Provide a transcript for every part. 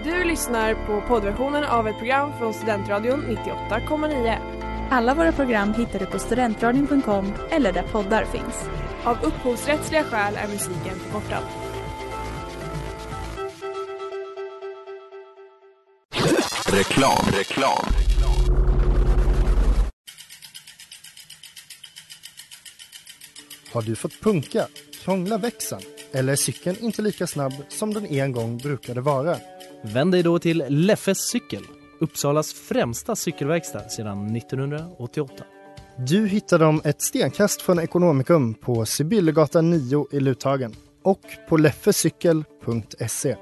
Du lyssnar på poddversionen av ett program från Studentradion 98,9. Alla våra program hittar du på studentradion.com eller där poddar finns. Av upphovsrättsliga skäl är musiken förkortad. Reklam. Har du fått punka, krångla växeln eller är cykeln inte lika snabb som den en gång brukade vara? Vänd dig då till Leffes cykel, Uppsalas främsta cykelverkstad sedan 1988. Du hittar dem ett stenkast från Ekonomikum på Sibyllegatan 9 i Luthagen och på leffecykel.se.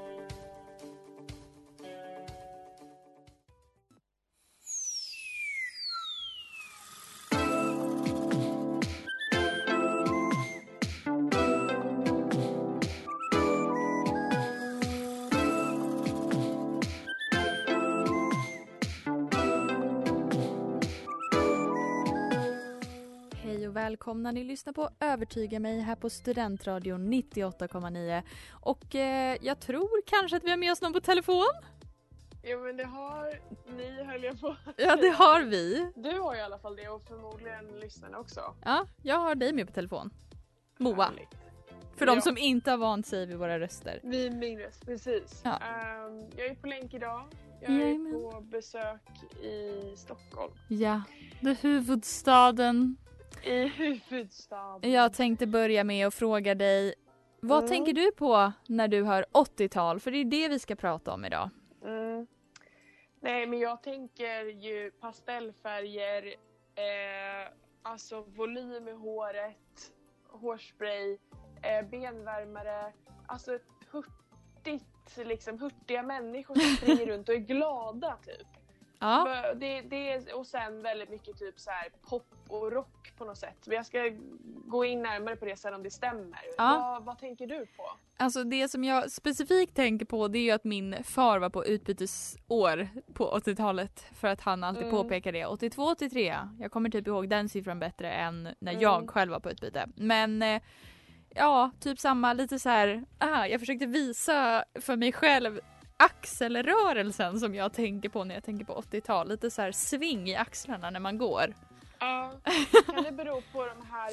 Välkomna, ni lyssnar på Övertyga mig här på Studentradion 98,9 och jag tror kanske att vi har med oss någon på telefon. Ja, men det har ni, höll jag på. Ja, det har vi. Du har i alla fall det och förmodligen lyssnarna också. Ja, jag har dig med på telefon. Moa. Härligt. För de som inte har vant sig vid våra röster. Vi min röst, precis. Ja. Jag är på länk idag. Jag är på besök i Stockholm. Ja, det är huvudstaden. I huvudstaden. Jag tänkte börja med att fråga dig, vad tänker du på när du hör 80-tal? För det är det vi ska prata om idag. Nej, men jag tänker ju pastellfärger, alltså volym i håret, hårspray, benvärmare, alltså ett hurtiga människor som springer runt och är glada typ. Ja. Det och sen väldigt mycket typ så här pop och rock på något sätt. Men jag ska gå in närmare på det sen om det stämmer. Ja. Vad tänker du på? Alltså det som jag specifikt tänker på, det är ju att min far var på utbytesår på 80-talet. För att han alltid påpekar det. 82-83. Jag kommer typ ihåg den siffran bättre än när jag själv var på utbyte. Men ja, typ samma, lite så här. Jag försökte visa för mig själv axelrörelsen som jag tänker på när jag tänker på 80-tal. Lite så här sving i axlarna när man går. Ja, kan det bero på de här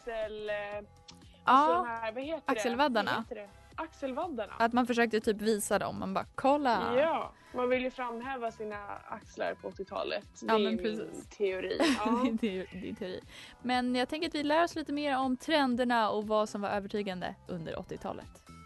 ja, de här, vad heter axelvaddarna. Vad heter det? Axelvaddarna. Att man försökte typ visa dem. Man bara, kolla. Ja, man vill ju framhäva sina axlar på 80-talet. Det är men min teori. Ja. Det är din teori. Men jag tänker att vi lär oss lite mer om trenderna och vad som var övertygande under 80-talet.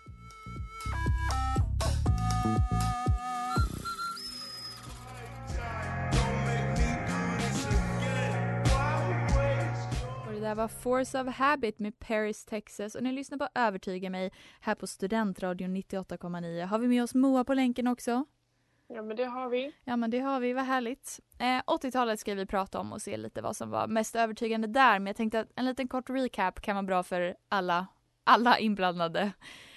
Det där var Force of Habit med Paris, Texas. Och ni lyssnar på Övertyga mig här på Studentradion 98,9. Har vi med oss Moa på länken också? Ja, men det har vi. Ja, men det har vi. Vad härligt. 80-talet ska vi prata om och se lite vad som var mest övertygande där. Men jag tänkte att en liten kort recap kan vara bra för alla inblandade.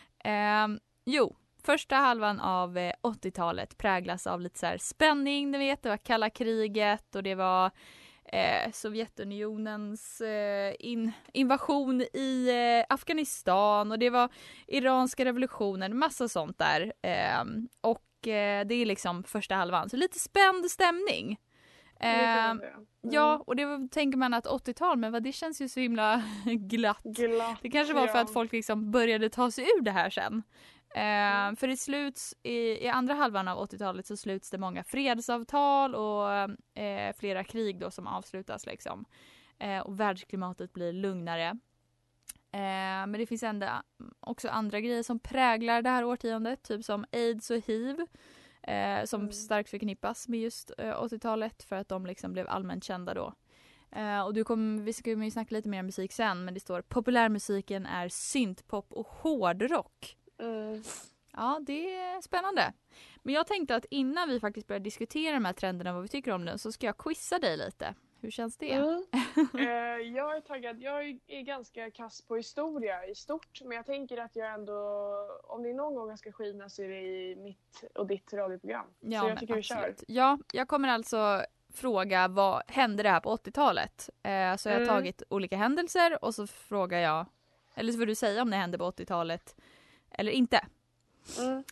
Första halvan av 80-talet präglas av lite så här spänning. Ni vet, det var kalla kriget och det var Sovjetunionens invasion i Afghanistan och det var iranska revolutionen, massa sånt där. Det är liksom första halvan. Så lite spänd stämning. Ja, och det tänker man att 80-tal, men det känns ju så himla glatt. Det kanske var för att folk liksom började ta sig ur det här sen. För det sluts i andra halvan av 80-talet så sluts det många fredsavtal och flera krig då som avslutas liksom. Och världsklimatet blir lugnare. Men det finns också andra grejer som präglar det här årtiondet, typ som AIDS och HIV. Som starkt förknippas med just 80-talet för att de liksom blev allmänt kända då. Och vi ska ju snacka lite mer om musik sen, men det står populärmusiken är syntpop och hårdrock. Ja, det är spännande. Men jag tänkte att innan vi faktiskt börjar diskutera de här trenderna och vad vi tycker om den, så ska jag quizza dig lite. Hur känns det? Jag är taggad. Jag är ganska kass på historia i stort. Men jag tänker att jag ändå, om det är någon gång jag ska skina så är det i mitt och ditt radioprogram. Ja, så jag tycker vi kör. Ja, jag kommer alltså fråga vad hände det här på 80-talet. Så jag har tagit olika händelser och så frågar jag, eller så får du säga om det hände på 80-talet eller inte.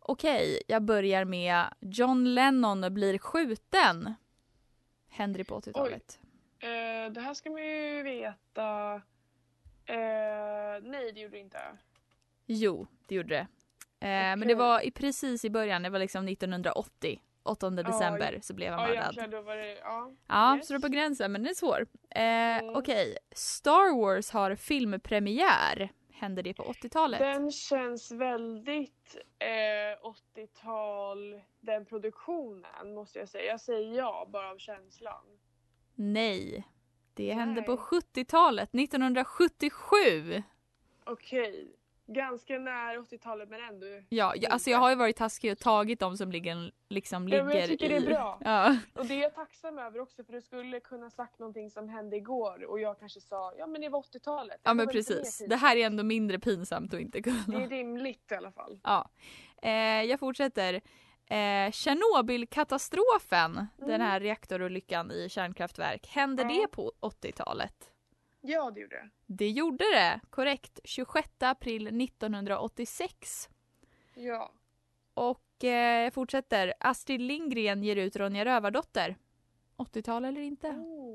Okej, jag börjar med John Lennon blir skjuten. Händer det på 80-talet? Det här ska man ju veta. Nej, det gjorde det inte. Jo, det gjorde det. Men det var precis i början, det var liksom 1980. 8 december så blev han mördad. Då var det, yes. Så det är på gränsen, men det är svår. Okej, Star Wars har filmpremiär. Händer det på 80-talet? Den känns väldigt 80-tal, den produktionen måste jag säga. Jag säger ja, bara av känslan. Nej, det hände på 70-talet, 1977. Okej. Ganska nära 80-talet men ändå. Ja, alltså jag har ju varit taskig och tagit dem som ligger men jag tycker det är bra. Ja. Och det är jag tacksam över också, för du skulle kunna sagt någonting som hände igår och jag kanske sa, ja men det var 80-talet. Ja men precis, det här är ändå mindre pinsamt att inte kunna. Det är rimligt i alla fall. Ja, jag fortsätter. Tjernobylkatastrofen, den här reaktorolyckan i kärnkraftverk, hände det på 80-talet? Ja, det gjorde det. Det gjorde det, korrekt. 26 april 1986. Ja. Och jag fortsätter. Astrid Lindgren ger ut Ronja Rövardotter. 80-tal eller inte?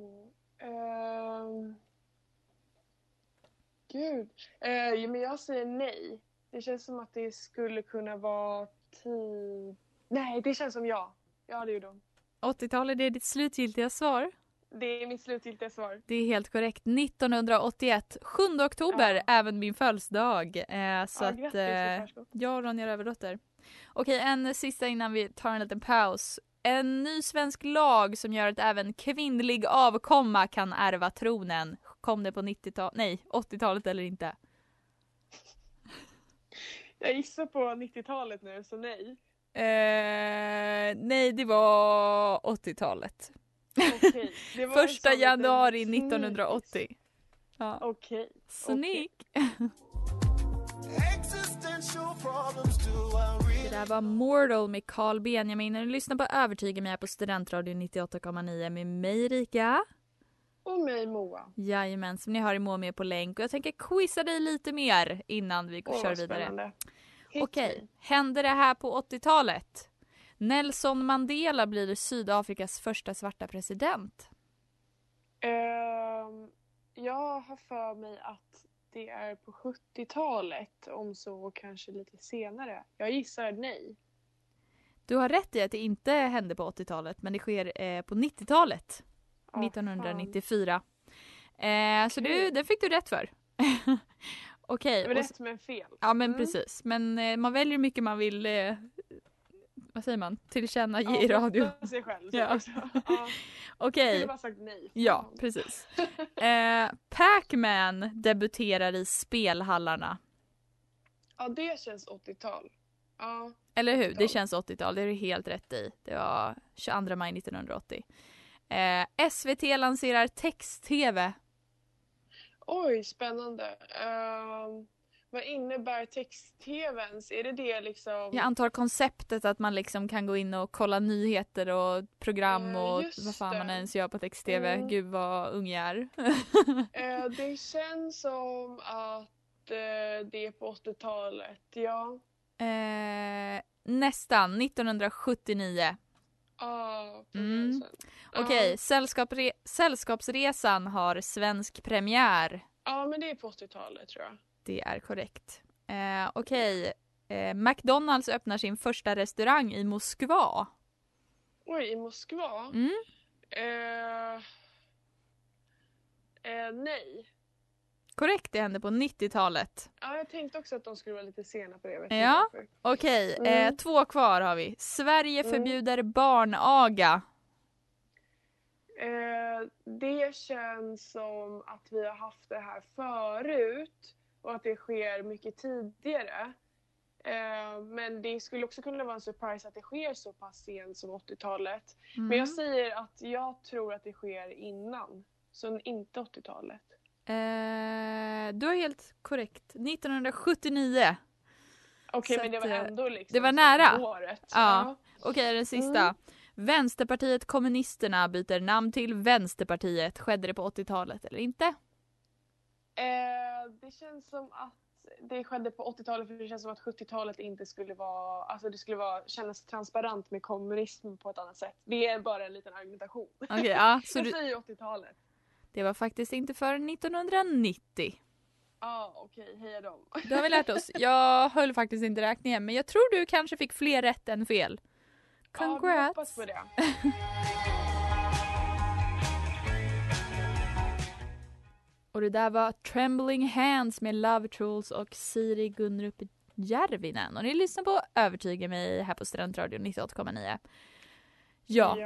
Gud. Men jag säger nej. Det känns som att det skulle kunna vara Nej, det känns som ja. Ja, det gjorde de. 80-tal, är det ditt slutgiltiga svar? Det är mitt slutgiltiga svar. Det är helt korrekt. 1981, 7 oktober, även min födelsedag. Så att jag och Ronja Rövardotter. Okej, en sista innan vi tar en liten paus. En ny svensk lag som gör att även kvinnlig avkomma kan ärva tronen. Kom det på 80-talet eller inte? Jag gissar på 90-talet nu, så nej. Nej, det var 80-talet. Okej. Det var 1 januari 1980. Ja. Okej. Sneak. Det där var Mortal med Carl Benjamin. När du lyssnar på Övertyga mig här på Studentradion 98,9 med mig Erika. Och mig Moa. Jajamän, som ni har i Moa med på länk. Och jag tänker quizza dig lite mer innan vi kör vidare. Okej, händer det här på 80-talet? Nelson Mandela blir Sydafrikas första svarta president. Jag har för mig att det är på 70-talet, om så kanske lite senare. Jag gissar nej. Du har rätt i att det inte hände på 80-talet, men det sker på 90-talet. 1994. Så det fick du rätt för. Okej. Det var rätt men fel. Ja men precis. Men man väljer hur mycket man vill vad säger man? Tillkännage i radio. Sig själv. Ja. Okej. Jag har bara sagt nej. Ja, precis. Pac-Man debuterar i spelhallarna. Ja, det känns 80-tal. Ja. Eller hur? Det känns 80-tal. Det är du helt rätt i. Det var 22 maj 1980. SVT lanserar text-tv. Oj, spännande. Vad innebär text-tvns? Är det liksom... Jag antar konceptet att man liksom kan gå in och kolla nyheter och program och vad fan man ens gör på text-tv. Gud vad ung jag är. Det känns som att det är på 80-talet, ja. Nästan, 1979. Okej, Sällskapsresan har svensk premiär. Ja, men det är på 80-talet tror jag. Det är korrekt. Okej, McDonalds öppnar sin första restaurang i Moskva. Oj, i Moskva? Nej. Korrekt, det hände på 90-talet. Ja, jag tänkte också att de skulle vara lite sena på det. Ja, okej. 2 kvar har vi. Sverige förbjuder barnaga. Det känns som att vi har haft det här förut och att det sker mycket tidigare. Men det skulle också kunna vara en surprise att det sker så pass sent som 80-talet. Men jag säger att jag tror att det sker innan. Så inte 80-talet. Du har helt korrekt. 1979. Okej, men det var ändå liksom det var nära. Året. Ja. Okej, den sista. Vänsterpartiet kommunisterna byter namn till Vänsterpartiet. Skedde det på 80-talet eller inte? Det känns som att det skedde på 80-talet, för det känns som att 70-talet inte skulle vara, alltså det skulle kännas transparent med kommunism på ett annat sätt. Det är bara en liten argumentation. Okej, ja, så Jag säger 80-talet. det var faktiskt inte förrän 1990. Okej, heja dem. Det har vi lärt oss. Jag höll faktiskt inte räkningen, men jag tror du kanske fick fler rätt än fel. Ja, vi hoppas Congrats! på det. Och det där var Trembling Hands med Love Trolls och Siri Gunrup Järvinen. Och ni lyssnar på Övertyga mig här på Studentradion 98,9. Ja.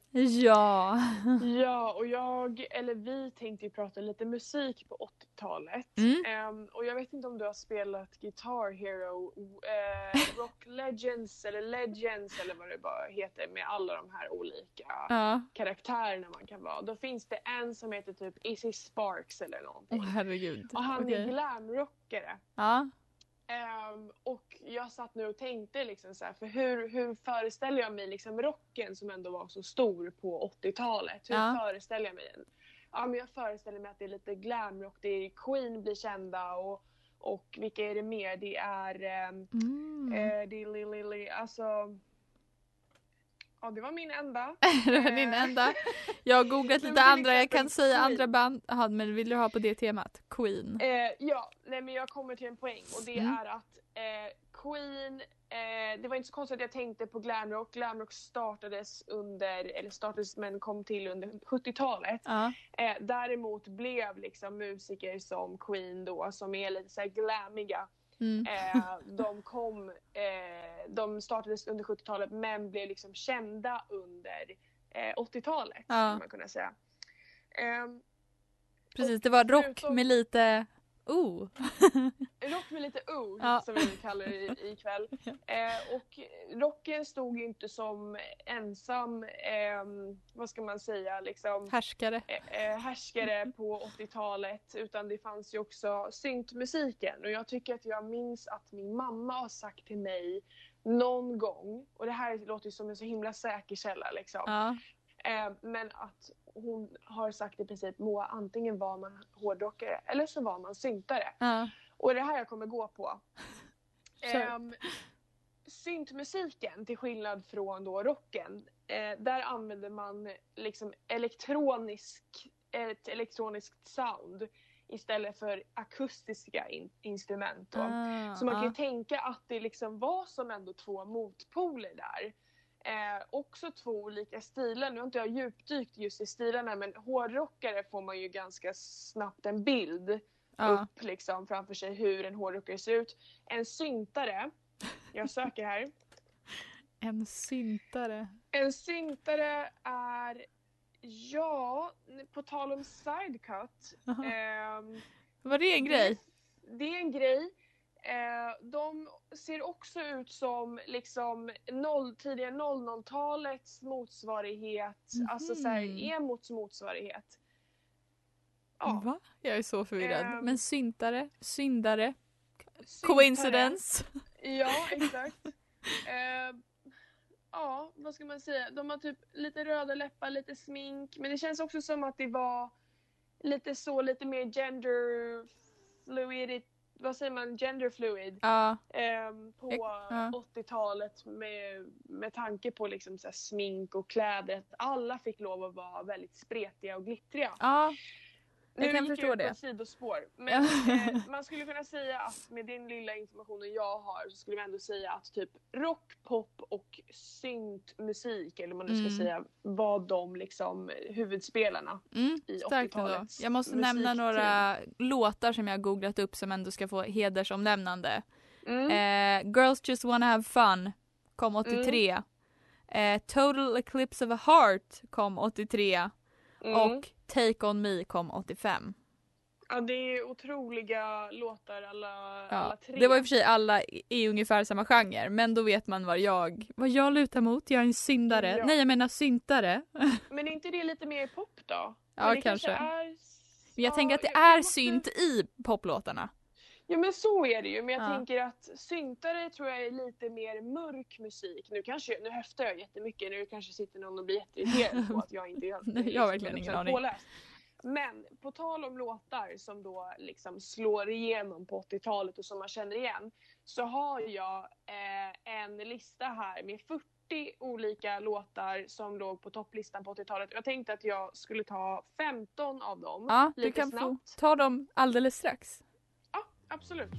Ja, och vi tänkte ju prata lite musik på 80-talet. Och jag vet inte om du har spelat Guitar Hero, Rock Legends eller vad det bara heter, med alla de här olika karaktärerna man kan vara. Då finns det en som heter typ Izzy Sparks eller någonting. Herregud. Och han är glamrockare. Ja. Och jag satt nu och tänkte liksom så här, för hur föreställer jag mig liksom rocken som ändå var så stor på 80-talet? Hur föreställer jag mig den? Ja, men jag föreställer mig att det är lite glamrock. Det är Queen blir kända och vilka är det mer? Det är det är Lily, alltså. Ja, det var min enda. Det var din enda. Jag har googlat lite andra. Jag kan säga andra band. Men vill du ha på det temat? Queen. Men jag kommer till en poäng. Och det är att Queen, det var inte så konstigt att jag tänkte på glamrock. Glamrock startades men kom till under 70-talet. Däremot blev liksom musiker som Queen då, som är lite så här glamiga. De startades under 70-talet men blev liksom kända under 80-talet, kan man kunna säga. Precis, det var rock med lite rock med lite som vi kallar det ikväll. Och rocken stod ju inte som ensam, vad ska man säga, liksom härskare på 80-talet, utan det fanns ju också syntmusiken. Och jag tycker att jag minns att min mamma har sagt till mig någon gång, och det här låter ju som en så himla säker källa liksom. Men att hon har sagt i princip, Moa, antingen var man hårdrockare eller så var man syntare. Och det här jag kommer gå på. Syntmusiken, till skillnad från då rocken, där använder man liksom ett elektroniskt sound istället för akustiska instrument. Så man kan ju tänka att det liksom var som ändå två motpoler där. Också två olika stilar. Nu har inte jag djupdykt just i stilarna, men hårdrockare får man ju ganska snabbt en bild upp liksom framför sig hur en hårdrockare ser ut. En syntare, jag söker här. En syntare är, på tal om sidecut. Var det en grej? Det är en grej. De ser också ut som liksom tidiga 00-talets motsvarighet, alltså såhär emots motsvarighet. Va? Jag är så förvirrad. Men syndare, coincidence. Ja, exakt. Vad ska man säga? De har typ lite röda läppar, lite smink, men det känns också som att det var lite mer gender fluid. Vad säger man? Gender fluid. På 80-talet med tanke på liksom så här smink och kläder. Att alla fick lov att vara väldigt spretiga och glittriga. Jag kan förstå det. På sidospår. Men man skulle kunna säga att med den lilla informationen jag har så skulle man ändå säga att typ rock, pop och syntmusik, eller vad man nu ska säga, var de liksom huvudspelarna i 80-talets. Jag måste nämna några låtar som jag har googlat upp som ändå ska få hedersomnämnande. Girls Just Wanna Have Fun kom 83. Total Eclipse of a Heart kom 83. Och Take On Me kom 85. Ja, det är otroliga låtar alla tre. Det var i och för sig alla i ungefär samma genre, men då vet man vad jag lutar mot. Jag är en syndare. Ja. Nej, jag menar syntare. Men är inte det lite mer pop då? Ja, kanske. Jag tänker att det är synt i poplåtarna. Ja, men så är det ju. Men jag tänker att syntare tror jag är lite mer mörk musik. Nu höftar jag jättemycket. Nu kanske sitter någon och blir jätteirriterad på att jag inte är jag har verkligen ingen aning. Påläst. Men på tal om låtar som då liksom slår igenom på 80-talet och som man känner igen, så har jag en lista här med 40 olika låtar som låg på topplistan på 80-talet. Jag tänkte att jag skulle ta 15 av dem. Ja, du lite kan snabbt. få ta dem alldeles strax. Ja, absolut.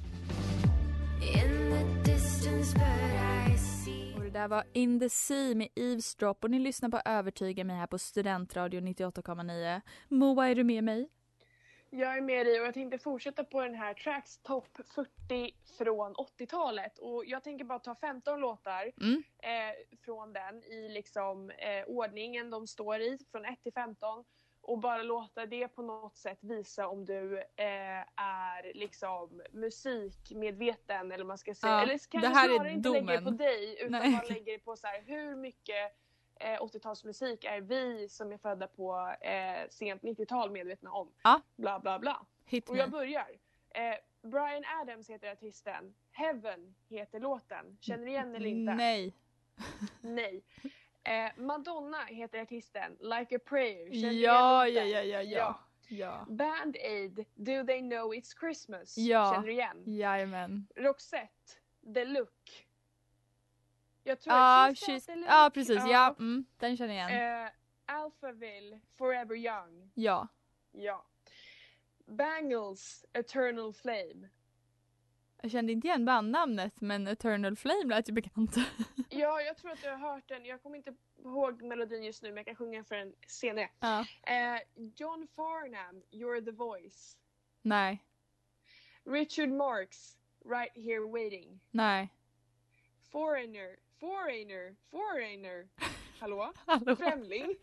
Och det där var In the Sea med Eavesdrop och ni lyssnar på Övertyga mig här på Studentradio 98,9. Moa, är du med mig? Jag är med dig och jag tänkte fortsätta på den här Tracks Top 40 från 80-talet. Och jag tänker bara ta 15 låtar från den i liksom ordningen de står i, från 1 till 15. Och bara låta det på något sätt visa om du är liksom musikmedveten eller man ska säga. Ja, Eller kanske det här snarare är inte domen. lägger det på dig utan Nej. man lägger det på så här, hur mycket 80-talsmusik är vi som är födda på sent 90-tal medvetna om. Ja. Bla bla bla. Hit Och me. jag börjar. Bryan Adams heter artisten. Heaven heter låten. Känner ni igen eller inte? Nej. Nej. Madonna heter artisten. Like a prayer. Känner ni Ja, igen låten? Ja. Band Aid. Do they know it's Christmas? Ja. Känner du igen? Jajamän. Roxette. The Look. Jag tror Ja, att She's Got the Look. ja, precis. Ja, den känner jag igen. Alphaville. Forever Young. Ja. Ja. Bangles. Eternal Flame. Jag kände inte igen bandnamnet, men Eternal Flame lät ju bekant. Ja, jag tror att jag har hört den. Jag kommer inte ihåg melodin just nu, men jag kan sjunga för den senare. Ja. John Farnham, You're the Voice. Nej. Richard Marx, Right Here Waiting. Nej. Foreigner. Hallå? Hallå. Främling.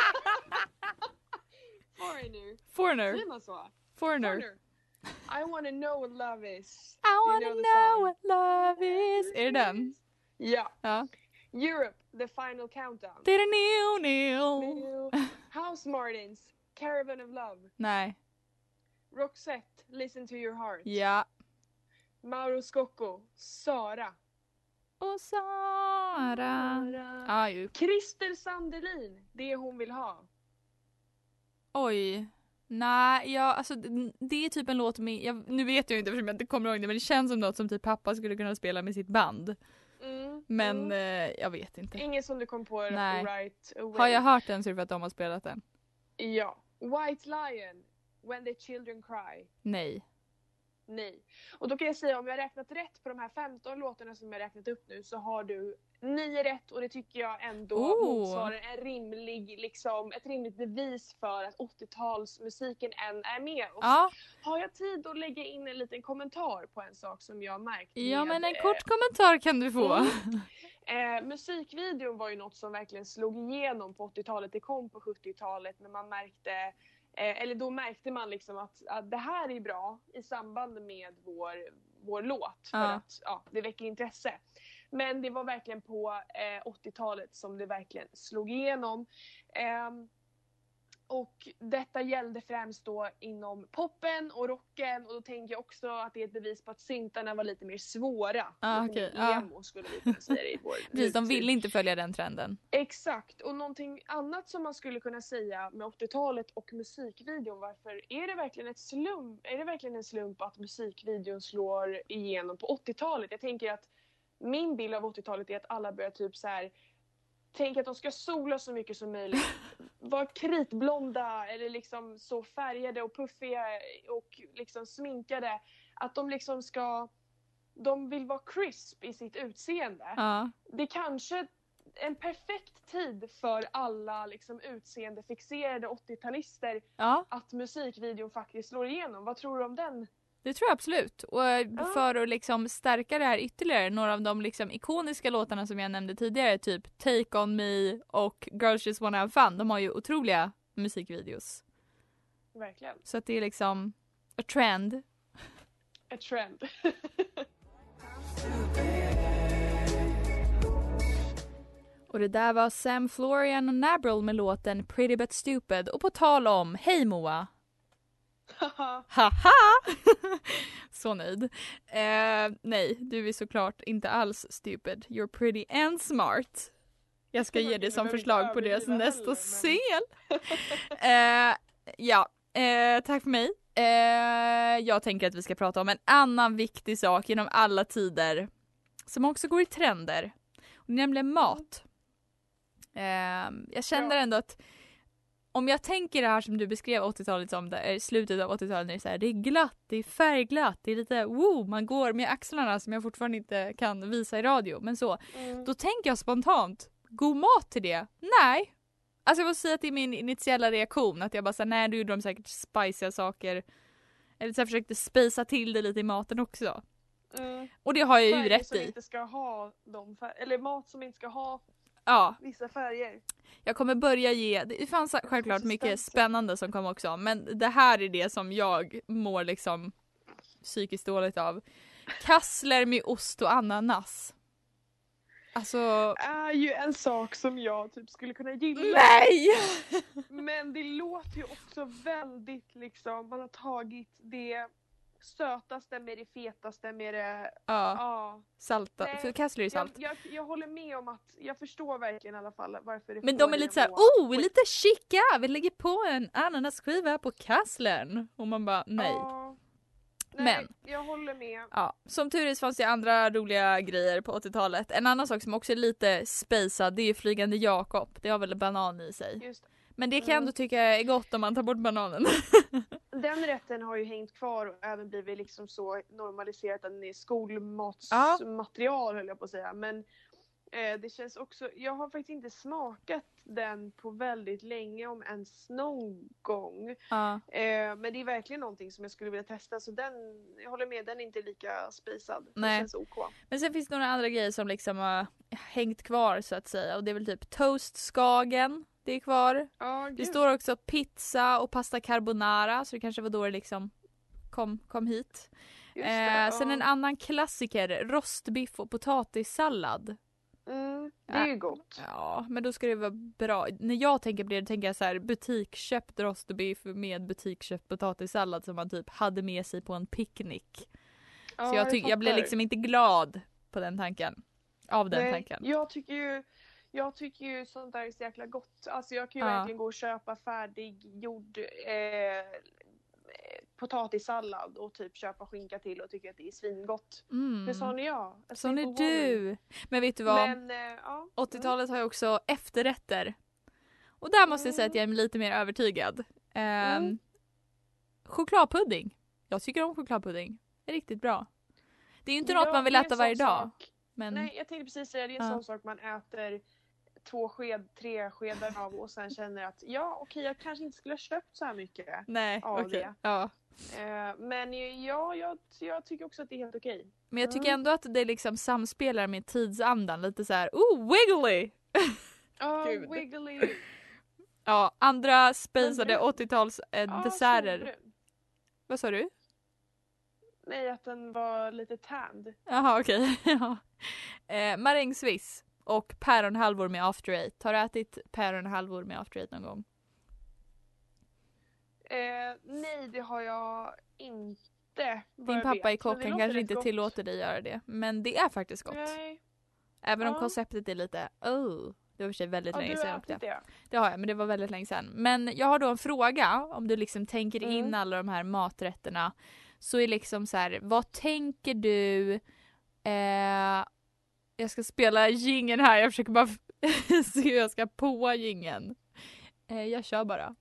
Foreigner. Foreigner. Säger man så? Foreigner. I wanna know what love is. I wanna know the know song? what love is. Är det den? Ja. Ja. Europe, The Final Countdown. Det är det new. House Martins, Caravan of Love. Nej. Roxette, Listen to your heart. Ja. Mauro Scocco, Sara. Och Sara. Ja, ju. Christer Sandelin, Det hon vill ha. Oj. Nej, alltså det är typ en låt med, nu vet jag inte eftersom jag inte kommer ihåg det, men det känns som något som typ pappa skulle kunna spela med sitt band. Men jag vet inte. Ingen som du kom på Nej. right away. Har jag hört den så är det för att de har spelat den? Ja. White Lion, When the Children Cry. Nej. Nej. Och då kan jag säga, om jag har räknat rätt på de här 15 låtarna som jag har räknat upp nu, så har du 9 rätt, och det tycker jag ändå motsvarar en rimlig, liksom, ett rimligt bevis för att 80-talsmusiken än är med oss. Ja. Har jag tid att lägga in en liten kommentar på en sak som jag har märkt? Ja, med, men en kort kommentar kan du få. Musikvideon var ju något som verkligen slog igenom på 80-talet. Det kom på 70-talet, men man märkte då märkte man liksom att det här är bra i samband med vår låt. För att det väcker intresse. Men det var verkligen på 80-talet som det verkligen slog igenom. Och detta gällde främst då inom poppen och rocken. Och då tänker jag också att det är ett bevis på att syntarna var lite mer svåra. Okej. Emo skulle vi kunna säga det i vår Precis, de ville inte följa den trenden. Exakt, och någonting annat som man skulle kunna säga med 80-talet och musikvideon, varför är det verkligen en slump att musikvideon slår igenom på 80-talet? Jag tänker att min bild av 80-talet är att alla börjar typ så här, tänk att de ska sola så mycket som möjligt, vara kritblonda eller liksom så färgade och puffiga och liksom sminkade, att de liksom de vill vara crisp i sitt utseende. Det är kanske en perfekt tid för alla liksom utseendefixerade 80-talister att musikvideon faktiskt slår igenom. Vad tror du om den? Det tror jag absolut. Och för att liksom stärka det här ytterligare, några av de liksom ikoniska låtarna som jag nämnde tidigare, typ Take On Me och Girls Just Wanna Have Fun, de har ju otroliga musikvideos. Verkligen. Så att det är liksom a trend. A trend. Och det där var Sam Florian och Nabril med låten Pretty But Stupid. Och på tal om, hej Moa! Haha! Så nöjd. Nej, du är såklart inte alls stupid. You're pretty and smart. Jag ska ge dig som förslag på deras nästa scen. Ja, tack för mig. Jag tänker att vi ska prata om en annan viktig sak genom alla tider som också går i trender. Nämligen mat. Jag känner ändå att om jag tänker det här som du beskrev 80-talet som det är slutet av 80-talet när det är så här, det är glatt, det är färgglatt, det är lite man går med axlarna som jag fortfarande inte kan visa i radio, men så. Då tänker jag spontant, god mat till det? Nej. Alltså jag måste säga att det är min initiala reaktion, att jag bara säger nej, då gjorde de säkert spiciga saker. Eller så jag försökte spacea till det lite i maten också. Och det har jag ju rätt som i. Inte ska ha eller mat som inte ska ha vissa färger. Jag kommer börja ge, det fanns självklart mycket spännande som kom också, men det här är det som jag mår liksom psykiskt dåligt av. Kassler med ost och ananas. Alltså är ju en sak som jag typ skulle kunna gilla. Nej! Men det låter ju också väldigt liksom, man har tagit det sötaste med det fetaste med det salta, Nej, för kassler är ju salt. Jag håller med om att jag förstår verkligen i alla fall varför det. Men de är lite såhär, lite chica, vi lägger på en ananasskiva på kasslern. Och man bara, nej. Nej, men jag håller med. Ja, som tur är fanns det andra roliga grejer på 80-talet. En annan sak som också är lite spacad, det är Flygande Jakob. Det har väl banan i sig. Just. Men det kan jag ändå tycka är gott om man tar bort bananen. Den rätten har ju hängt kvar och även blivit liksom så normaliserat att den är skolmatsmaterial höll jag på att säga. Men det känns också, jag har faktiskt inte smakat den på väldigt länge, om ens någon gång. Men det är verkligen någonting som jag skulle vilja testa, så jag håller med, den är inte lika spisad. Nej. Det känns OK. Men sen finns det några andra grejer som liksom har hängt kvar så att säga, och det är väl typ toastskagen, det är kvar. Det står också pizza och pasta carbonara, så det kanske var då det liksom kom hit. Sen en annan klassiker, rostbiff och potatissallad. Det är ju gott. Ja, men då ska det vara bra. När jag tänker på det, tänker jag så här, butikköpt rostbiff med butikköpt potatissallad som man typ hade med sig på en picknick. Så jag blev liksom inte glad på den tanken. Av den tanken. Jag tycker ju sånt där är så jäkla gott. Alltså jag kan ju verkligen gå och köpa färdiggjord potatissallad och typ köpa skinka till och tycker att det är svingott. Men sån är jag. Sån är du. Men vet du vad? 80-talet har ju också efterrätter. Och där måste jag säga att jag är lite mer övertygad. Chokladpudding. Jag tycker om chokladpudding. Det är riktigt bra. Det är ju inte något man vill äta varje dag. Men... Nej, jag tänkte precis säga det är en sån sak man äter 3 skedar av och sen känner att jag kanske inte skulle ha köpt så här mycket av det. Ja. Men jag tycker också att det är helt okej. Men jag tycker ändå att det liksom samspelar med tidsandan lite så här. Wiggly! Wiggly! Ja, andra spacade 80-tals desserter. Vad sa du? Nej, att den var lite tanned. Jaha, okej. Marängsviss och päronhalvor med after eight. Har du ätit päronhalvor med after eight någon gång? Nej, det har jag inte. Din pappa är kock, han kanske inte tillåter dig göra det. Men det är faktiskt gott. Nej. Även om konceptet är lite, det var för sig väldigt länge sedan. Det har jag, men det var väldigt länge sedan. Men jag har då en fråga, om du liksom tänker in alla de här maträtterna. Så är liksom så här, vad tänker du? Jag ska spela jingeln här, jag försöker bara se hur jag ska på jingeln. Jag kör bara.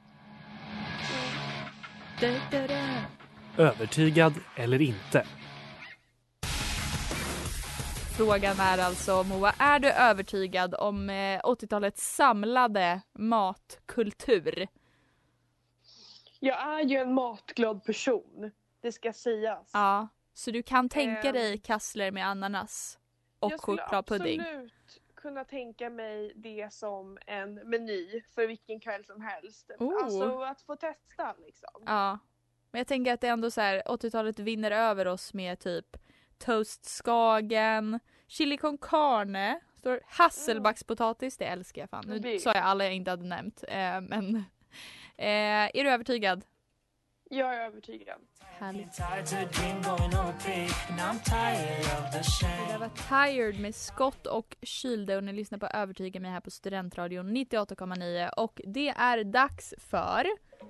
Övertygad eller inte? Frågan är alltså, Moa, är du övertygad om 80-talets samlade matkultur? Jag är ju en matglad person, det ska sägas. Ja, så du kan tänka dig kassler med ananas och chokladpudding? Jag skulle absolut kunna tänka mig det som en meny för vilken kväll som helst. Alltså att få testa liksom. Ja, men jag tänker att det är ändå så här, 80-talet vinner över oss med typ toastskagen, chili con carne, står hasselbackspotatis, det älskar jag fan. Nu sa jag alla jag inte hade nämnt, men är du övertygad? Jag är övertygad. Härligt. Det där var Tired med Scott och Kylde och ni lyssnar på Övertyga mig här på Studentradion 98,9 och det är dags för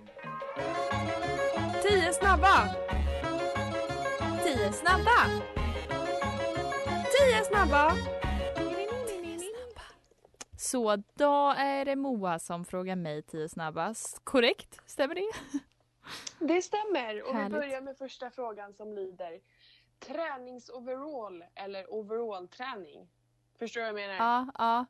10 snabba! 10 snabba! 10 snabba! Så då är det Moa som frågar mig 10 snabbast. Korrekt? Stämmer det? Det stämmer. Och Härligt. vi börjar med första frågan som lyder: träningsoverall eller overall-träning? Förstår du vad jag menar? Ja.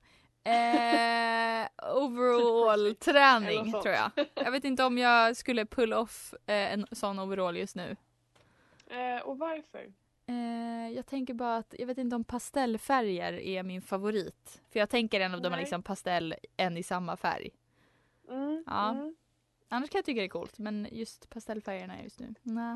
Overall träning tror jag. Jag vet inte om jag skulle pull off en sån overall just nu. Och varför? Jag tänker bara att jag vet inte om pastellfärger är min favorit. För jag tänker ändå att de är liksom pastell en i samma färg. Ja. Annars kan jag tycka det är coolt. Men just pastellfärgerna just nu. Nej.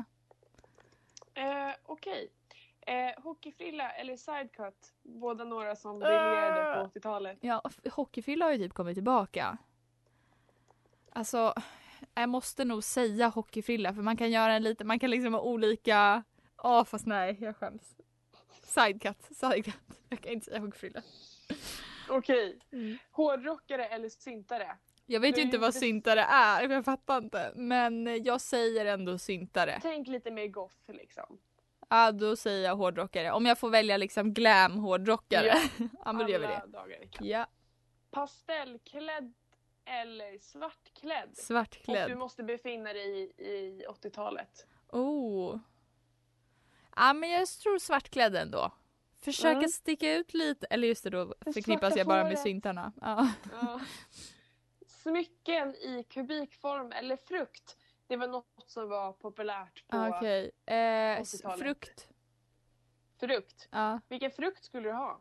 Okej. Hockeyfrilla eller sidecut? Båda några som briljerade på 80-talet. Ja, hockeyfrilla har ju typ kommit tillbaka. Alltså, jag måste nog säga hockeyfrilla. För man kan göra en lite, man kan liksom ha olika... fast nej, jag skäms. Sidecut. Jag kan inte säga hockeyfrilla. Okej. Hårdrockare eller syntare? Jag vet ju inte vad syntare är, jag fattar inte. Men jag säger ändå syntare. Tänk lite mer goth liksom. Ja, då säger jag hårdrockare. Om jag får välja liksom glam hårdrockare. Ja, men då gör vi det. Dagar i Ja. Pastellklädd eller svartklädd? Svartklädd. Och du måste befinna dig i 80-talet. Ja, men jag tror svartklädd ändå. Försöka sticka ut lite. Eller just det, då förknippas jag bara med syntarna. Ja. Smycken i kubikform eller frukt? Det var något som var populärt på 80-talet. Frukt? Ja. Vilken frukt skulle du ha?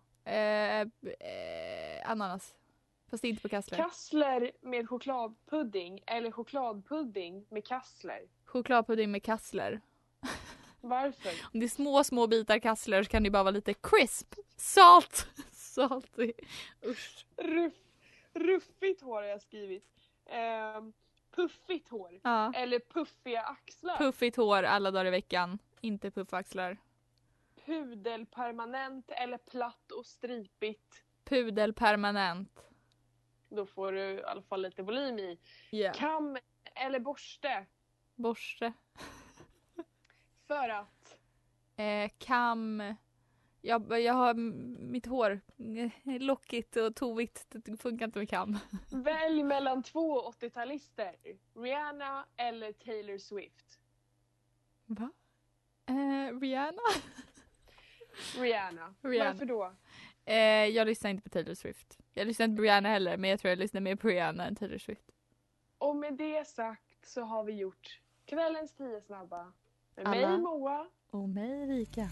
Ananas. Fast inte på kassler. Kassler med chokladpudding eller chokladpudding med kassler? Chokladpudding med kassler. Varför? Om det är små bitar kassler så kan det bara vara lite crisp. Salty. Usch. Ruffigt hår har jag skrivit. Puffigt hår. Ja. Eller puffiga axlar. Puffigt hår alla dagar i veckan. Inte puffaxlar. Pudelpermanent eller platt och stripigt. Pudelpermanent. Då får du i alla fall lite volym i. Yeah. Kam eller borste? Borste. För att? Kam. Jag har mitt hår lockigt och tovigt. Det funkar inte med kam. Välj mellan 2 80-talister. Rihanna eller Taylor Swift? Va? Rihanna? Rihanna. Varför då? Jag lyssnar inte på Taylor Swift. Jag lyssnar inte på Rihanna heller, men jag tror jag lyssnar mer på Rihanna än Taylor Swift. Och med det sagt så har vi gjort kvällens 10 snabba. Med mig Moa. Och mig Erika.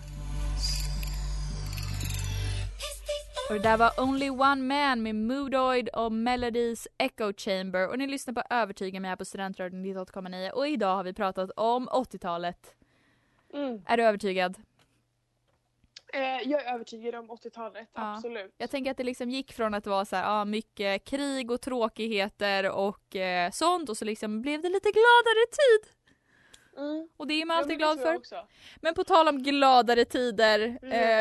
Och det där var Only One Man med Moodoid och Melodies Echo Chamber. Och ni lyssnar på Övertyga mig här på Studentradion 98,9. Och idag har vi pratat om 80-talet. Är du övertygad? Jag är övertygad om 80-talet, ja. Absolut. Jag tänker att det liksom gick från att vara så här, mycket krig och tråkigheter och sånt. Och så liksom blev det lite gladare tid. Och det är man alltid glad för. Men på tal om gladare tider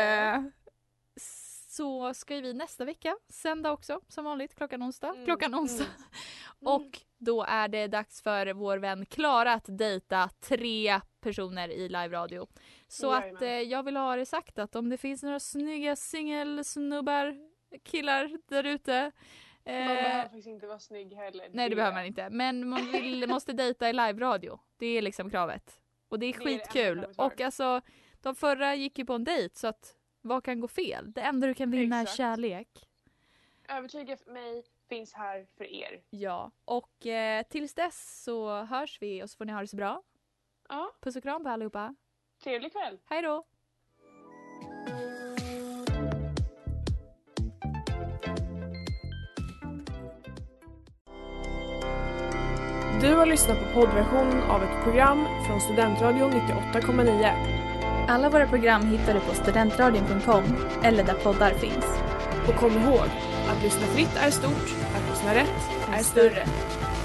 så ska vi nästa vecka sända också som vanligt klockan onsdag. Och då är det dags för vår vän Klara att dejta 3 personer i live-radio. Så att jag vill ha det sagt att om det finns några snygga singelsnubbar, killar där ute. Man behöver faktiskt inte vara snygg heller. Nej, det behöver man inte. Men man måste dejta i live-radio. Det är liksom kravet. Och det är skitkul. Och alltså, de förra gick ju på en dejt så att vad kan gå fel? Det enda du kan vinna är kärlek. Övertyga mig finns här för er. Ja, och tills dess så hörs vi och så får ni ha det så bra. Ja. Puss och kram på allihopa. Trevlig kväll. Hej då. Du har lyssnat på poddversionen av ett program från Studentradion 98,9. Alla våra program hittar du på studentradion.com eller där poddar finns. Och kom ihåg, att lyssna fritt är stort, att lyssna rätt är större.